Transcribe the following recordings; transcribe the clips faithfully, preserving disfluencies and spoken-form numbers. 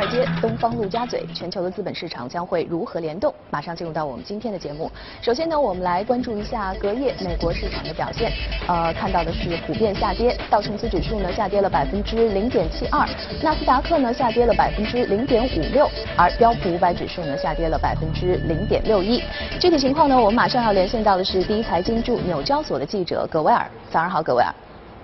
尔街、东方陆家嘴，全球的资本市场将会如何联动？马上进入到我们今天的节目。首先呢，我们来关注一下隔夜美国市场的表现。呃，看到的是普遍下跌，道琼斯指数呢下跌了百分之零点七二，纳斯达克呢下跌了百分之零点五六，而标普五百指数呢下跌了百分之零点六一。具体情况呢，我们马上要连线到的是第一财经驻纽交所的记者葛威尔。早上好，葛威尔。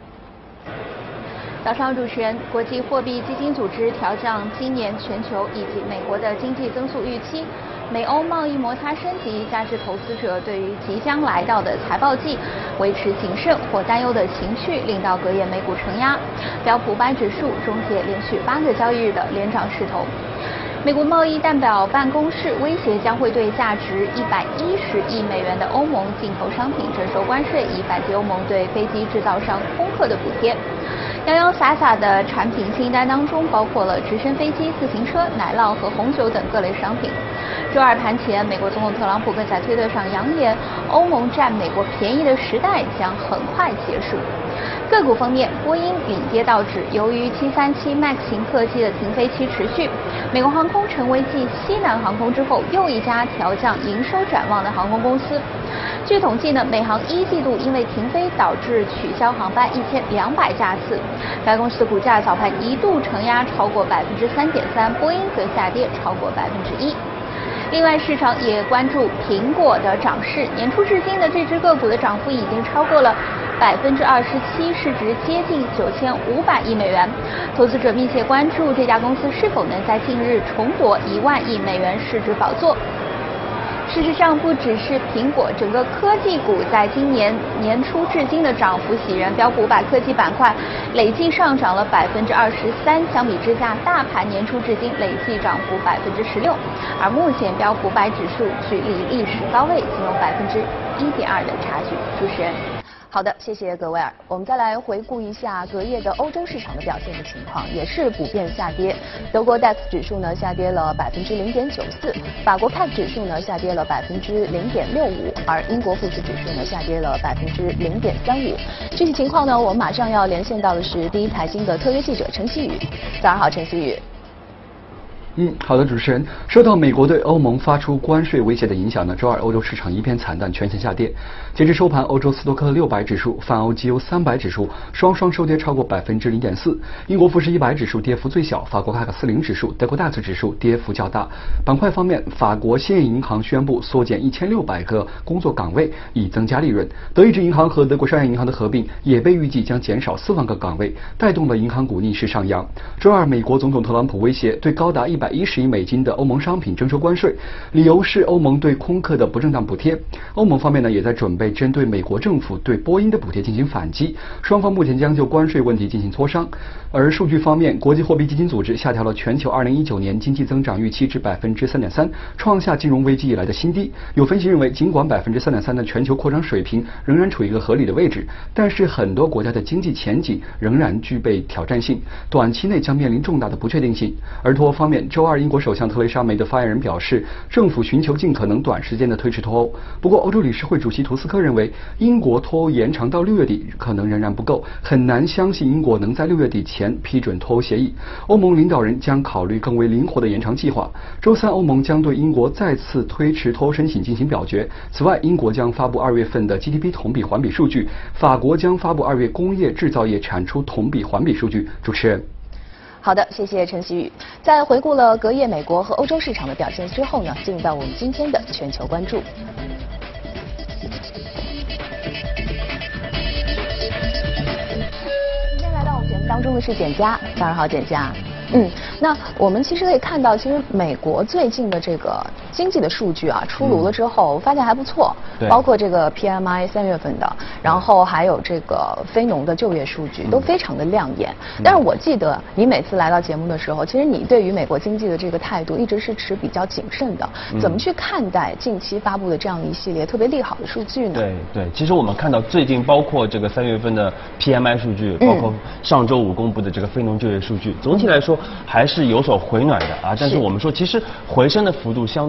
早上，主持人，国际货币基金组织调降今年全球以及美国的经济增速预期，美欧贸易摩擦升级，加之投资者对于即将来到的财报季维持谨慎或担忧的情绪，令到隔夜美股承压，标普五百指数终结连续八个交易日的连涨势头。美国贸易代表办公室威胁将会对价值一百一十亿美元的欧盟进口商品征收关税，以反击欧盟对飞机制造商空客的补贴。洋洋洒洒的产品清单当中，包括了直升飞机、自行车、奶酪和红酒等各类商品。周二盘前，美国总统特朗普更在推特上扬言，欧盟占美国便宜的时代将很快结束。个股方面，波音领跌道指，由于七三七 MAX 型客机的停飞期持续，美国航空成为继西南航空之后又一家调降营收展望的航空公司。据统计呢，美航一季度因为停飞导致取消航班一千两百架次，该公司的股价早盘一度承压超过百分之三点三，波音则下跌超过百分之一。另外，市场也关注苹果的涨势，年初至今的这只个股的涨幅已经超过了百分之二十七，市值接近九千五百亿美元。投资者密切关注这家公司是否能在近日重夺一万亿美元市值宝座。事实上，不只是苹果，整个科技股在今年年初至今的涨幅喜人，标普五百科技板块累计上涨了百分之二十三，相比之下，大盘年初至今累计涨幅百分之十六，而目前标普五百指数距离历史高位仅有百分之一点二的差距。主持人。 好的，谢谢葛威尔。我们再来回顾一下隔夜的欧洲市场的表现的情况，也是普遍下跌。德国 D A X 指数呢下跌了百分之零点九四，法国 C A C 指数呢下跌了百分之零点六五，而英国富时指数呢下跌了百分之零点三五。具体情况呢，我们马上要连线到的是第一财经的特约记者陈希宇。早上好，陈希宇。 嗯，好的，主持人。受到美国对欧盟发出关税威胁的影响呢，周二欧洲市场一片惨淡，全线下跌。截至收盘，欧洲斯托克六百指数、泛欧绩优三百指数双双收跌超过百分之零点四。英国富时一百指数跌幅最小，法国卡克四零指数、德国D A X指数跌幅较大。板块方面，法国兴业银行宣布缩减一千六百个工作岗位，以增加利润。德意志银行和德国商业银行的合并也被预计将减少四万个岗位，带动了银行股逆势上扬。周二，美国总统特朗普威胁对高达一百一十亿美金的欧盟商品征收关税，理由是欧盟对空客的不正当补贴。欧盟方面呢，也在准备针对美国政府对波音的补贴进行反击，双方目前将就关税问题进行磋商。而数据方面，国际货币基金组织下调了全球二零一九年经济增长预期至百分之三点三，创下金融危机以来的新低。有分析认为，尽管百分之三点三的全球扩张水平仍然处于一个合理的位置，但是很多国家的经济前景仍然具备挑战性，短期内将面临重大的不确定性。而脱欧方面，周二英国首相特蕾莎梅的发言人表示，政府寻求尽可能短时间的推迟脱欧。不过，欧洲理事会主席图斯科认为，英国脱欧延长到六月底可能仍然不够，很难相信英国能在六月底前批准脱欧协议。欧盟领导人将考虑更为灵活的延长计划。周三，欧盟将对英国再次推迟脱欧申请进行表决。此外，英国将发布二月份的 G D P 同比环比数据，法国将发布二月工业制造业产出同比环比数据。主持人。 好的，谢谢陈希宇。在回顾了隔夜美国和欧洲市场的表现之后呢，进入到我们今天的全球关注。今天来到我们节目当中的是简佳，早上好，简佳。嗯，那我们其实可以看到，其实美国最近的这个经济的数据啊出炉了之后，我发现还不错，包括这个 P M I 三月份的，然后还有这个非农的就业数据都非常的亮眼。嗯、但是我记得你每次来到节目的时候，其实你对于美国经济的这个态度一直是持比较谨慎的。嗯、怎么去看待近期发布的这样一系列特别利好的数据呢？ 对对，其实我们看到最近包括这个三月份的 P M I 数据，包括上周五公布的这个非农就业数据，总体来说还是有所回暖的啊。但是我们说，其实回升的幅度相对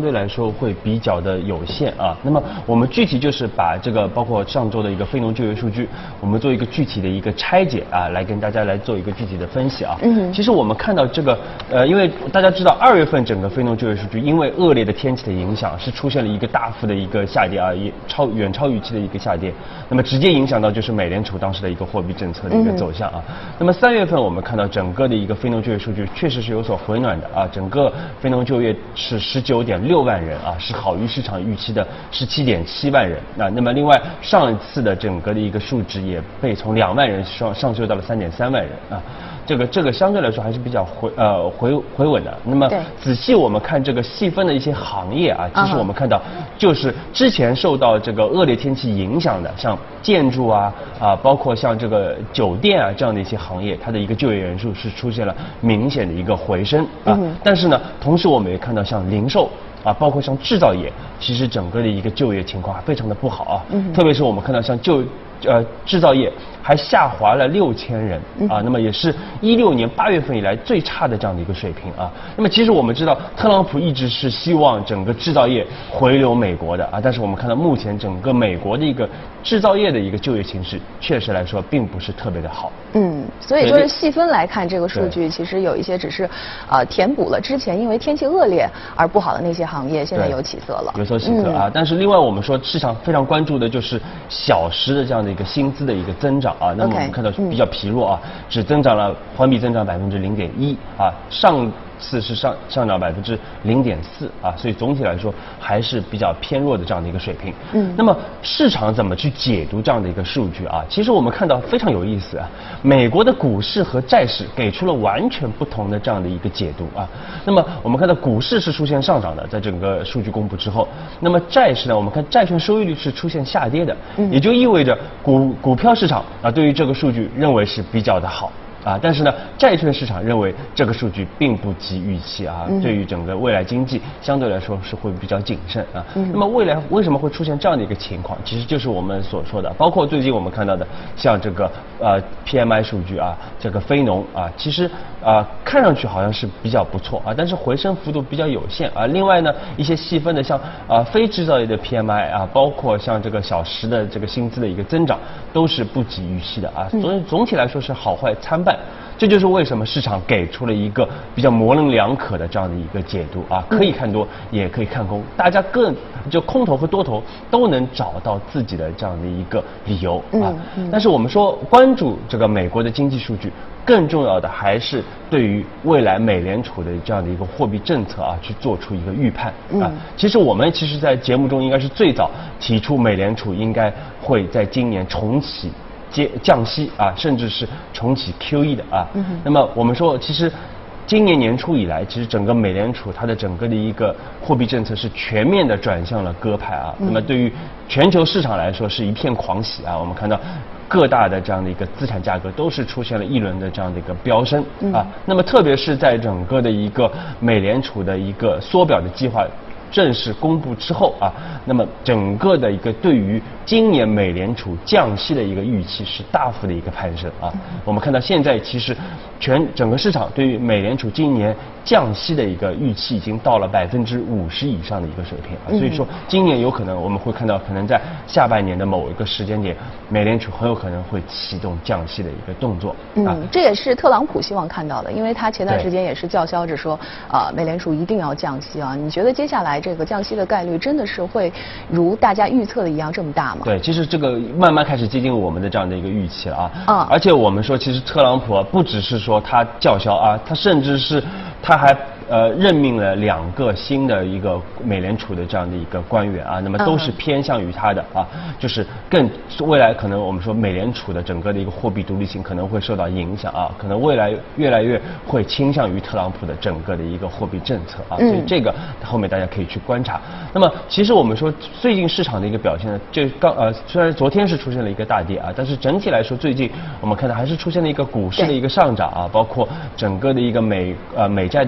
对来说会比较的有限啊。那么我们具体就是把这个包括上周的一个非农就业数据，我们做一个具体的一个拆解啊，来跟大家来做一个具体的分析啊。嗯，其实我们看到这个呃，因为大家知道二月份整个非农就业数据因为恶劣的天气的影响，是出现了一个大幅的一个下跌啊，也超远超预期的一个下跌，那么直接影响到就是美联储当时的一个货币政策的一个走向啊。那么三月份我们看到整个的一个非农就业数据确实是有所回暖的啊，整个非农就业是十九点六万人啊，是好于市场预期的十七点七万人啊。那么另外上一次的整个的一个数值也被从两万人上上修到了三点三万人啊。这个这个相对来说还是比较回呃回回稳的。那么仔细我们看这个细分的一些行业啊，其实我们看到就是之前受到这个恶劣天气影响的，像建筑啊啊，包括像这个酒店啊这样的一些行业，它的一个就业人数是出现了明显的一个回升啊。但是呢，同时我们也看到像零售啊，包括像制造业，其实整个的一个就业情况还非常的不好啊。嗯、特别是我们看到像就呃制造业还下滑了六千人啊，那么也是一六年八月份以来最差的这样的一个水平啊。那么其实我们知道，特朗普一直是希望整个制造业回流美国的啊，但是我们看到目前整个美国的一个制造业的一个就业形势，确实来说并不是特别的好。 嗯，所以说是细分来看，这个数据其实有一些只是呃填补了之前因为天气恶劣而不好的那些行业，现在有起色了， 有所起色啊。嗯、但是另外我们说市场非常关注的就是小时的这样的一个薪资的一个增长啊，那么我们看到比较疲弱啊，嗯、只增长了环比增长百分之零点一啊，上次是上上涨百分之零点四啊，所以总体来说还是比较偏弱的这样的一个水平。嗯，那么市场怎么去解读这样的一个数据啊？其实我们看到非常有意思啊，美国的股市和债市给出了完全不同的这样的一个解读啊。那么我们看到股市是出现上涨的，在整个数据公布之后，那么债市呢，我们看债券收益率是出现下跌的，嗯、也就意味着股股票市场啊对于这个数据认为是比较的好。啊，但是呢，债券市场认为这个数据并不及预期啊，嗯、对于整个未来经济相对来说是会比较谨慎啊。嗯、那么未来为什么会出现这样的一个情况？其实就是我们所说的，包括最近我们看到的，像这个呃 P M I 数据啊，这个非农啊，其实啊看上去好像是比较不错啊，但是回升幅度比较有限啊。另外呢，一些细分的像啊非制造业的 P M I 啊，包括像这个小时的这个薪资的一个增长，都是不及预期的啊。所以总体来说是好坏参半。这就是为什么市场给出了一个比较模棱两可的这样的一个解读啊，可以看多也可以看空，大家更就空头和多头都能找到自己的这样的一个理由啊。但是我们说关注这个美国的经济数据，更重要的还是对于未来美联储的这样的一个货币政策啊，去做出一个预判啊。其实我们其实在节目中应该是最早提出美联储应该会在今年重启接降息啊，甚至是重启 Q E 的啊。嗯、那么我们说，其实今年年初以来，其实整个美联储它的整个的一个货币政策是全面的转向了鸽派啊。嗯、那么对于全球市场来说是一片狂喜啊。我们看到各大的这样的一个资产价格都是出现了一轮的这样的一个飙升啊。嗯、那么特别是在整个的一个美联储的一个缩表的计划正式公布之后啊，那么整个的一个对于今年美联储降息的一个预期是大幅的一个攀升啊。我们看到现在其实全整个市场对于美联储今年降息的一个预期已经到了百分之五十以上的一个水平啊。所以说今年有可能我们会看到，可能在下半年的某一个时间点，美联储很有可能会启动降息的一个动作啊。 嗯，这也是特朗普希望看到的，因为他前段时间也是叫嚣着说，啊，美联储一定要降息啊。你觉得接下来这个降息的概率真的是会如大家预测的一样这么大吗？ 对，其实这个慢慢开始接近我们的这样的一个预期了啊。 嗯， 而且我们说，其实特朗普不只是说他叫嚣啊，他甚至是他还呃任命了两个新的一个美联储的这样的一个官员啊，那么都是偏向于他的啊，就是更未来可能我们说美联储的整个的一个货币独立性可能会受到影响啊，可能未来越来越会倾向于特朗普的整个的一个货币政策啊，所以这个后面大家可以去观察。那么其实我们说最近市场的一个表现呢，就刚呃虽然昨天是出现了一个大跌啊，但是整体来说最近我们看到还是出现了一个股市的一个上涨啊，包括整个的一个美呃美债的收益率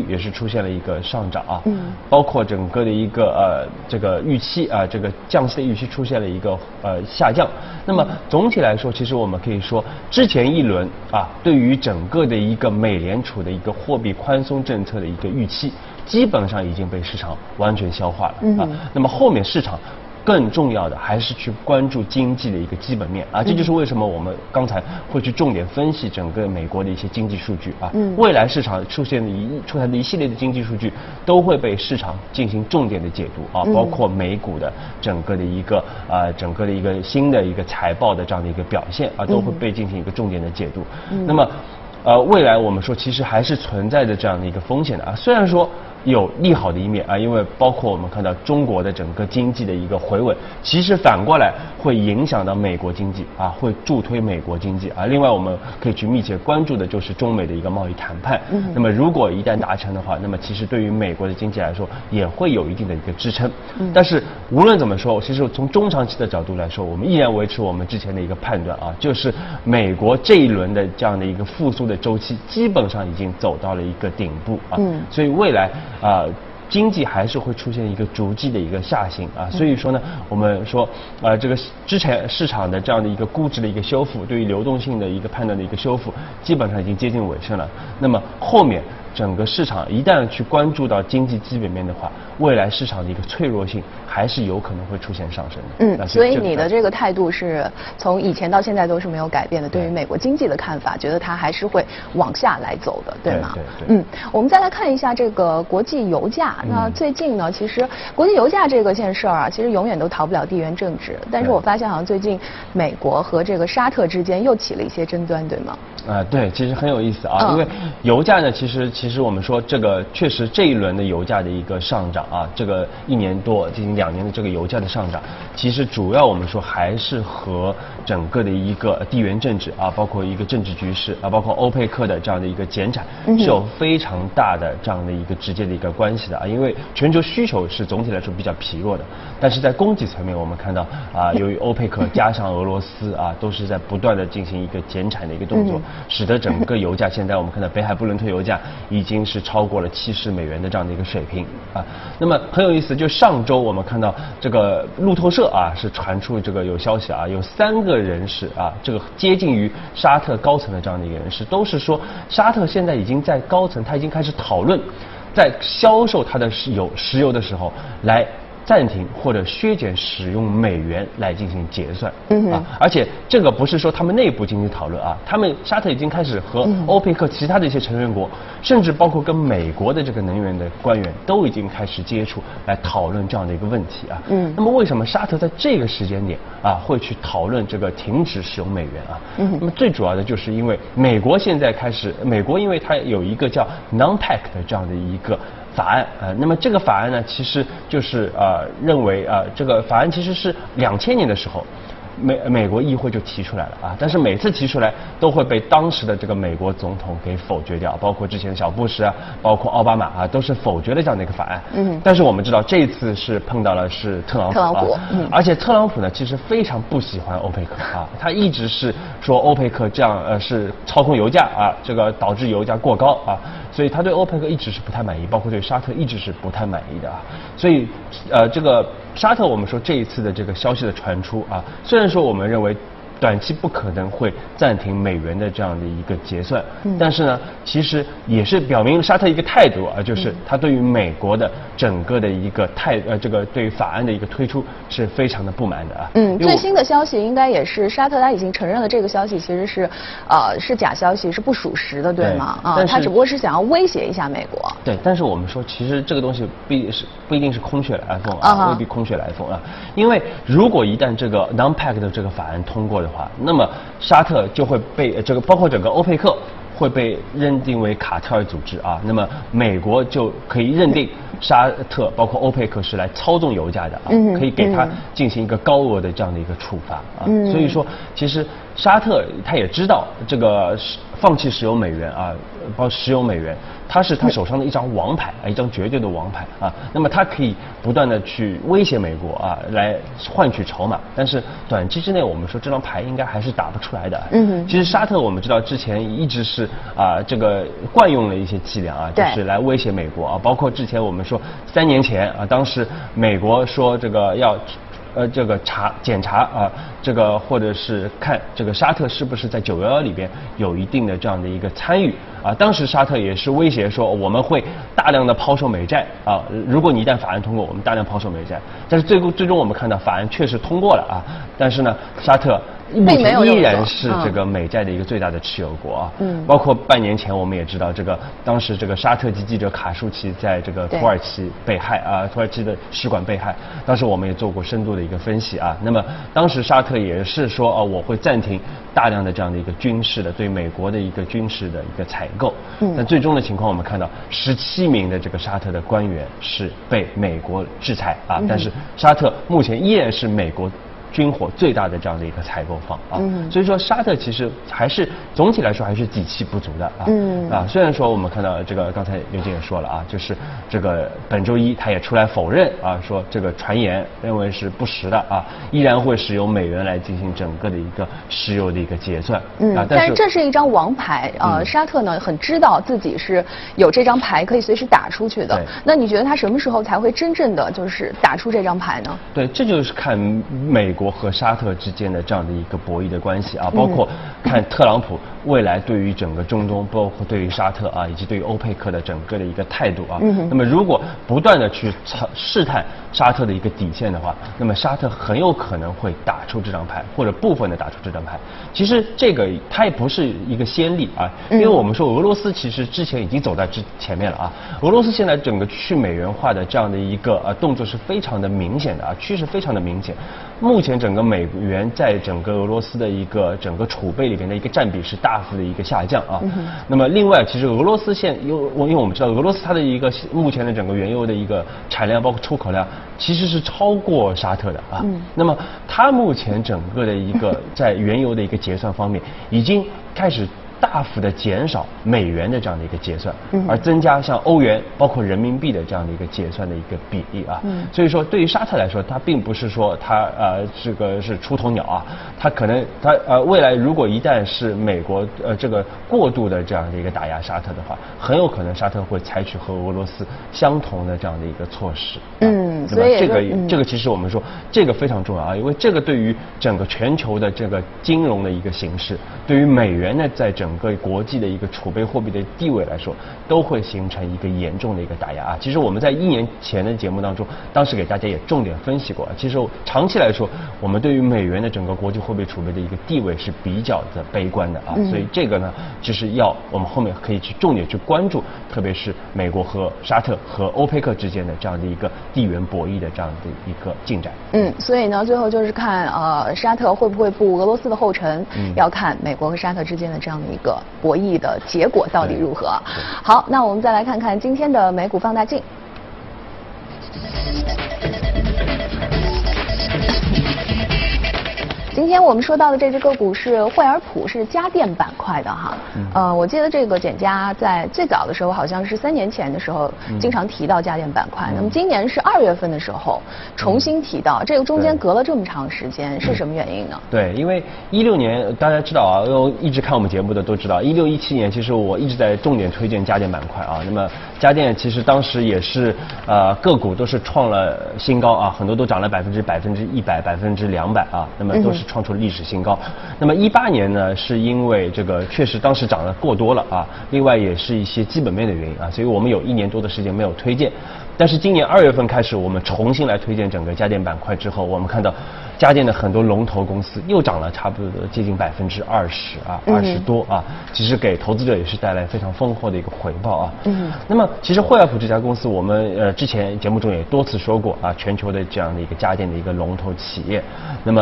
也是出现了一个上涨啊，嗯，包括整个的一个呃这个预期啊，这个降息的预期出现了一个呃下降。那么总体来说，其实我们可以说，之前一轮啊，对于整个的一个美联储的一个货币宽松政策的一个预期，基本上已经被市场完全消化了啊。嗯、那么后面市场更重要的还是去关注经济的一个基本面啊，这就是为什么我们刚才会去重点分析整个美国的一些经济数据啊。嗯、未来市场出现的一出台的一系列的经济数据都会被市场进行重点的解读啊，包括美股的整个的一个啊整个的一个新的一个财报的这样的一个表现啊，都会被进行一个重点的解读。嗯、那么呃，未来我们说其实还是存在着这样的一个风险的啊，虽然说有利好的一面啊，因为包括我们看到中国的整个经济的一个回稳，其实反过来会影响到美国经济啊，会助推美国经济啊。另外我们可以去密切关注的就是中美的一个贸易谈判，嗯、那么如果一旦达成的话，那么其实对于美国的经济来说也会有一定的一个支撑。嗯、但是无论怎么说，其实从中长期的角度来说，我们依然维持我们之前的一个判断啊，就是美国这一轮的这样的一个复苏的周期基本上已经走到了一个顶部啊，嗯、所以未来啊、呃，经济还是会出现一个逐季的一个下行啊，所以说呢，我们说啊、呃，这个之前市场的这样的一个估值的一个修复，对于流动性的一个判断的一个修复，基本上已经接近尾声了。那么后面整个市场一旦去关注到经济基本面的话，未来市场的一个脆弱性还是有可能会出现上升的。 嗯，所以你的这个态度是从以前到现在都是没有改变的，对于美国经济的看法，觉得它还是会往下来走的，对吗？ 对对对。 嗯，我们再来看一下这个国际油价。那最近呢，其实国际油价这个件事儿啊，其实永远都逃不了地缘政治。但是我发现好像最近美国和这个沙特之间又起了一些争端，对吗？ 啊、呃，对，其实很有意思啊，嗯、因为油价呢，其实其实我们说这个确实这一轮的油价的一个上涨啊，这个一年多接近两年的这个油价的上涨，其实主要我们说还是和整个的一个地缘政治啊，包括一个政治局势啊，包括欧佩克的这样的一个减产，是有非常大的这样的一个直接的一个关系的啊，因为全球需求是总体来说比较疲弱的，但是在供给层面，我们看到啊，由于欧佩克加上俄罗斯啊，都是在不断的进行一个减产的一个动作，使得整个油价现在我们看到北海布伦特油价已经是超过了七十美元的这样的一个水平啊。那么很有意思，就上周我们看到这个路透社啊是传出这个有消息啊，有三个人士啊，这个接近于沙特高层的这样的一个人士，都是说沙特现在已经在高层，他已经开始讨论，在销售它的石油石油的时候来暂停或者削减使用美元来进行结算，嗯啊，而且这个不是说他们内部进行讨论啊，他们沙特已经开始和欧佩克其他的一些成员国，甚至包括跟美国的这个能源的官员都已经开始接触来讨论这样的一个问题啊。嗯，那么为什么沙特在这个时间点啊会去讨论这个停止使用美元啊？嗯，那么最主要的就是因为美国现在开始，美国因为它有一个叫 non-pact 的这样的一个法案啊、呃，那么这个法案呢，其实就是呃认为啊、呃，这个法案其实是两千年的时候，美美国议会就提出来了啊，但是每次提出来都会被当时的这个美国总统给否决掉，包括之前的小布什啊，包括奥巴马啊，都是否决了这样的一个法案。嗯。但是我们知道这一次是碰到了是特朗普，特朗普，嗯。而且特朗普呢，其实非常不喜欢欧佩克啊，他一直是说欧佩克这样呃是操控油价啊，这个导致油价过高啊。所以他对欧佩克一直是不太满意，包括对沙特一直是不太满意的啊。所以，呃，这个沙特我们说这一次的这个消息的传出啊，虽然说我们认为短期不可能会暂停美元的这样的一个结算，嗯、但是呢，其实也是表明沙特一个态度啊，就是他对于美国的整个的一个态呃这个对于法案的一个推出是非常的不满的啊。 嗯，最新的消息应该也是沙特他已经承认了这个消息其实是呃是假消息，是不属实的，对吗？啊，他只不过是想要威胁一下美国。 对，但是我们说其实这个东西不一定是不一定是空穴来风啊，未必空穴来风啊，因为如果一旦这个 non-pact 的这个法案通过的话，那么沙特就会被这个包括整个欧佩克会被认定为卡特尔组织啊，那么美国就可以认定沙特包括欧佩克是来操纵油价的啊，可以给他进行一个高额的这样的一个处罚啊，所以说其实沙特他也知道这个放弃石油美元啊，包括石油美元，它是他手上的一张王牌啊，一张绝对的王牌啊。那么他可以不断的去威胁美国啊，来换取筹码。但是短期之内，我们说这张牌应该还是打不出来的。嗯，其实沙特我们知道之前一直是啊这个惯用了一些伎俩啊，就是来威胁美国啊，包括之前我们说三年前啊，当时美国说这个要。呃，这个查检查啊，这个或者是看这个沙特是不是在九幺幺里边有一定的这样的一个参与啊。当时沙特也是威胁说我们会大量的抛售美债啊，如果你一旦法案通过，我们大量抛售美债。但是最后最终我们看到法案确实通过了啊，但是呢，沙特目前依然是这个美债的一个最大的持有国啊。嗯。包括半年前我们也知道，这个当时这个沙特籍记者卡舒奇在这个土耳其被害啊，土耳其的使馆被害，当时我们也做过深度的一个分析啊。那么当时沙特也是说啊，我会暂停大量的这样的一个军事的对美国的一个军事的一个采购。嗯。但最终的情况我们看到，十七名的这个沙特的官员是被美国制裁啊，但是沙特目前依然是美国军火最大的这样的一个采购方啊，嗯、所以说沙特其实还是总体来说还是底气不足的啊。嗯、啊，虽然说我们看到这个刚才刘静也说了啊，就是这个本周一他也出来否认啊，说这个传言认为是不实的啊，依然会使用美元来进行整个的一个石油的一个结算。 嗯，啊、但是这是一张王牌啊，嗯、沙特呢很知道自己是有这张牌可以随时打出去的。那你觉得他什么时候才会真正的就是打出这张牌呢？ 对，这就是看美国和沙特之间的这样的一个博弈的关系啊，包括看特朗普未来对于整个中东，包括对于沙特啊，以及对于欧佩克的整个的一个态度啊。嗯、那么如果不断的去试探沙特的一个底线的话，那么沙特很有可能会打出这张牌，或者部分的打出这张牌。其实这个它也不是一个先例啊，因为我们说俄罗斯其实之前已经走在之前面了啊。俄罗斯现在整个去美元化的这样的一个呃动作是非常的明显的啊，趋势非常的明显。目前整个美元在整个俄罗斯的一个整个储备里边的一个占比是大幅的一个下降啊。嗯、那么另外，其实俄罗斯现因为因为我们知道俄罗斯它的一个目前的整个原油的一个产量包括出口量其实是超过沙特的啊。嗯、那么它目前整个的一个在原油的一个结算方面已经开始大幅的减少美元的这样的一个结算，而增加像欧元包括人民币的这样的一个结算的一个比例啊。嗯、所以说对于沙特来说，它并不是说它呃这个是出头鸟啊，它可能它呃未来如果一旦是美国呃这个过度的这样的一个打压沙特的话，很有可能沙特会采取和俄罗斯相同的这样的一个措施。嗯，啊、所以这个、嗯、这个其实我们说这个非常重要啊，因为这个对于整个全球的这个金融的一个形势，对于美元呢在整整个国际的一个储备货币的地位来说，都会形成一个严重的一个打压啊。其实我们在一年前的节目当中，当时给大家也重点分析过。其实长期来说，我们对于美元的整个国际货币储备的一个地位是比较的悲观的啊。嗯、所以这个呢，就是要我们后面可以去重点去关注，特别是美国和沙特和欧佩克之间的这样的一个地缘博弈的这样的一个进展。 嗯，所以呢，最后就是看呃沙特会不会步俄罗斯的后尘，嗯、要看美国和沙特之间的这样的一个。一个博弈的结果到底如何？好，那我们再来看看今天的美股放大镜。今天我们说到的这只个股是惠而浦，是家电板块的哈。嗯、呃，我记得这个简家在最早的时候，好像是三年前的时候，嗯、经常提到家电板块。嗯、那么今年是二月份的时候重新提到，嗯、这个中间隔了这么长时间，是什么原因呢？ 对，因为一六年大家知道啊，一直看我们节目的都知道，一六一七年其实我一直在重点推荐家电板块啊。那么家电其实当时也是呃个股都是创了新高啊，很多都涨了百分之百分之一百、百分之两百啊，那么都是。创出历史新高。那么一八年呢，是因为这个确实当时涨得过多了啊，另外也是一些基本面的原因啊，所以我们有一年多的时间没有推荐。但是今年二月份开始，我们重新来推荐整个家电板块之后，我们看到家电的很多龙头公司又涨了差不多接近百分之二十啊，二十多啊，其实给投资者也是带来非常丰厚的一个回报啊。嗯。那么其实惠而浦这家公司，我们呃之前节目中也多次说过啊，全球的这样的一个家电的一个龙头企业。那么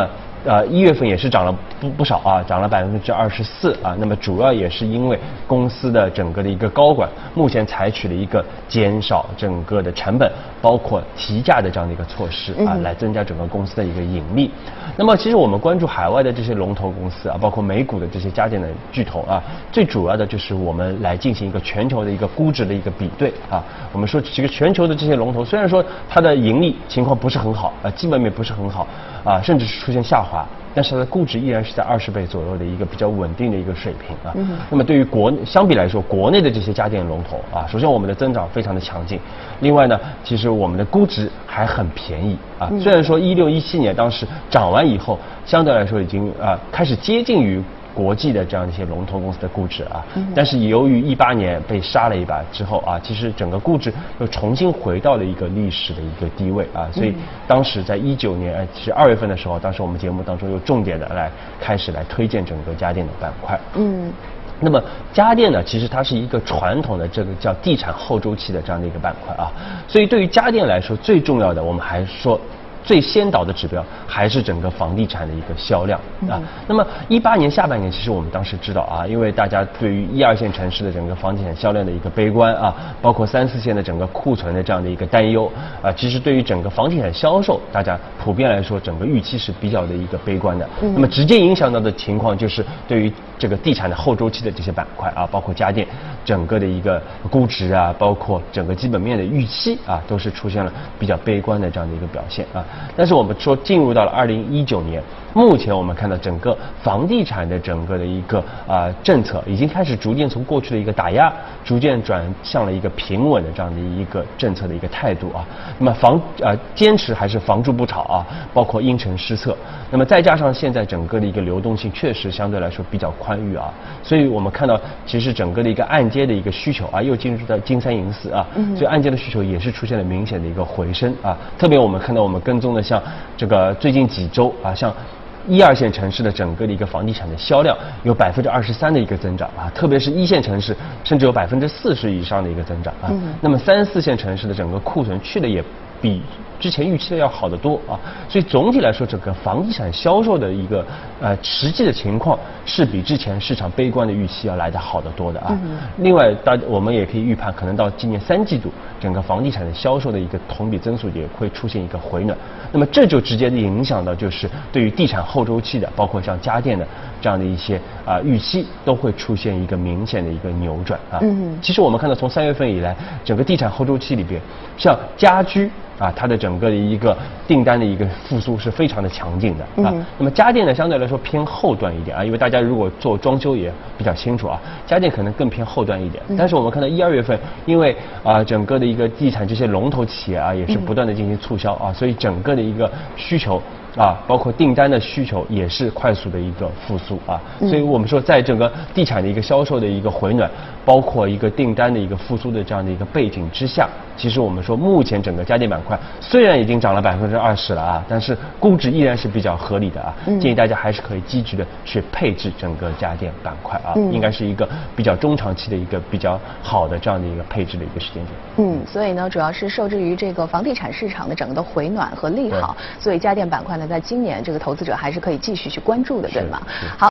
呃一月份也是涨了不不少啊，涨了百分之二十四啊。那么主要也是因为公司的整个的一个高管目前采取了一个减少整个的成本，包括提价的这样的一个措施啊，来增加整个公司的一个盈利。那么其实我们关注海外的这些龙头公司啊，包括美股的这些家电的巨头啊，最主要的就是我们来进行一个全球的一个估值的一个比对啊。我们说这个全球的这些龙头，虽然说它的盈利情况不是很好啊，基本面不是很好啊，甚至是出现下滑，但是它的估值依然是在二十倍左右的一个比较稳定的一个水平啊。嗯、那么对于国相比来说，国内的这些家电龙头啊，首先我们的增长非常的强劲，另外呢，其实我们的估值还很便宜啊。虽然说一六一七年当时涨完以后，相对来说已经啊开始接近于国际的这样一些龙头公司的估值啊，但是由于一八年被杀了一把之后啊，其实整个估值又重新回到了一个历史的一个低位啊，所以当时在一九年呃其实二月份的时候，当时我们节目当中又重点的来开始来推荐整个家电的板块。嗯。那么家电呢，其实它是一个传统的这个叫地产后周期的这样的一个板块啊，所以对于家电来说，最重要的我们还是说。最先导的指标还是整个房地产的一个销量啊。那么一八年下半年，其实我们当时知道啊，因为大家对于一二线城市的整个房地产销量的一个悲观啊，包括三四线的整个库存的这样的一个担忧啊，其实对于整个房地产销售，大家普遍来说，整个预期是比较的一个悲观的。那么直接影响到的情况就是对于这个地产的后周期的这些板块啊，包括家电，整个的一个估值啊，包括整个基本面的预期啊，都是出现了比较悲观的这样的一个表现啊。但是我们说进入到了二零一九年，目前我们看到整个房地产的整个的一个啊、呃、政策已经开始逐渐从过去的一个打压，逐渐转向了一个平稳的这样的一个政策的一个态度啊。那么房啊、呃、坚持还是房住不炒啊，包括因城施策。那么再加上现在整个的一个流动性确实相对来说比较宽裕啊，所以我们看到其实整个的一个按揭的一个需求啊，又进入到金三银四啊，所以按揭的需求也是出现了明显的一个回升啊。特别我们看到我们跟踪的像这个最近几周啊，像一二线城市的整个的一个房地产的销量有百分之二十三的一个增长啊，特别是一线城市甚至有百分之四十以上的一个增长啊。嗯、那么三四线城市的整个库存去的也比之前预期的要好得多啊，所以总体来说，整个房地产销售的一个呃实际的情况是比之前市场悲观的预期要来得好得多的啊。嗯、另外，大我们也可以预判，可能到今年三季度，整个房地产的销售的一个同比增速也会出现一个回暖。那么这就直接的影响到，就是对于地产后周期的，包括像家电的这样的一些啊、呃、预期，都会出现一个明显的一个扭转啊。嗯、其实我们看到，从三月份以来，整个地产后周期里边，像家居。啊，它的整个的一个订单的一个复苏是非常的强劲的啊。嗯、那么家电呢，相对来说偏后端一点啊，因为大家如果做装修也比较清楚啊，家电可能更偏后端一点。嗯、但是我们看到一二月份，因为啊整个的一个地产这些龙头企业啊，也是不断的进行促销啊，所以整个的一个需求。啊，包括订单的需求也是快速的一个复苏啊，所以我们说，在整个地产的一个销售的一个回暖，包括一个订单的一个复苏的这样的一个背景之下，其实我们说，目前整个家电板块虽然已经涨了百分之二十了啊，但是估值依然是比较合理的啊，建议大家还是可以积极的去配置整个家电板块啊，应该是一个比较中长期的一个比较好的这样的一个配置的一个时间点。 嗯，所以呢，主要是受制于这个房地产市场的整个的回暖和利好，所以家电板块呢。在今年，这个投资者还是可以继续去关注的，对吗？好。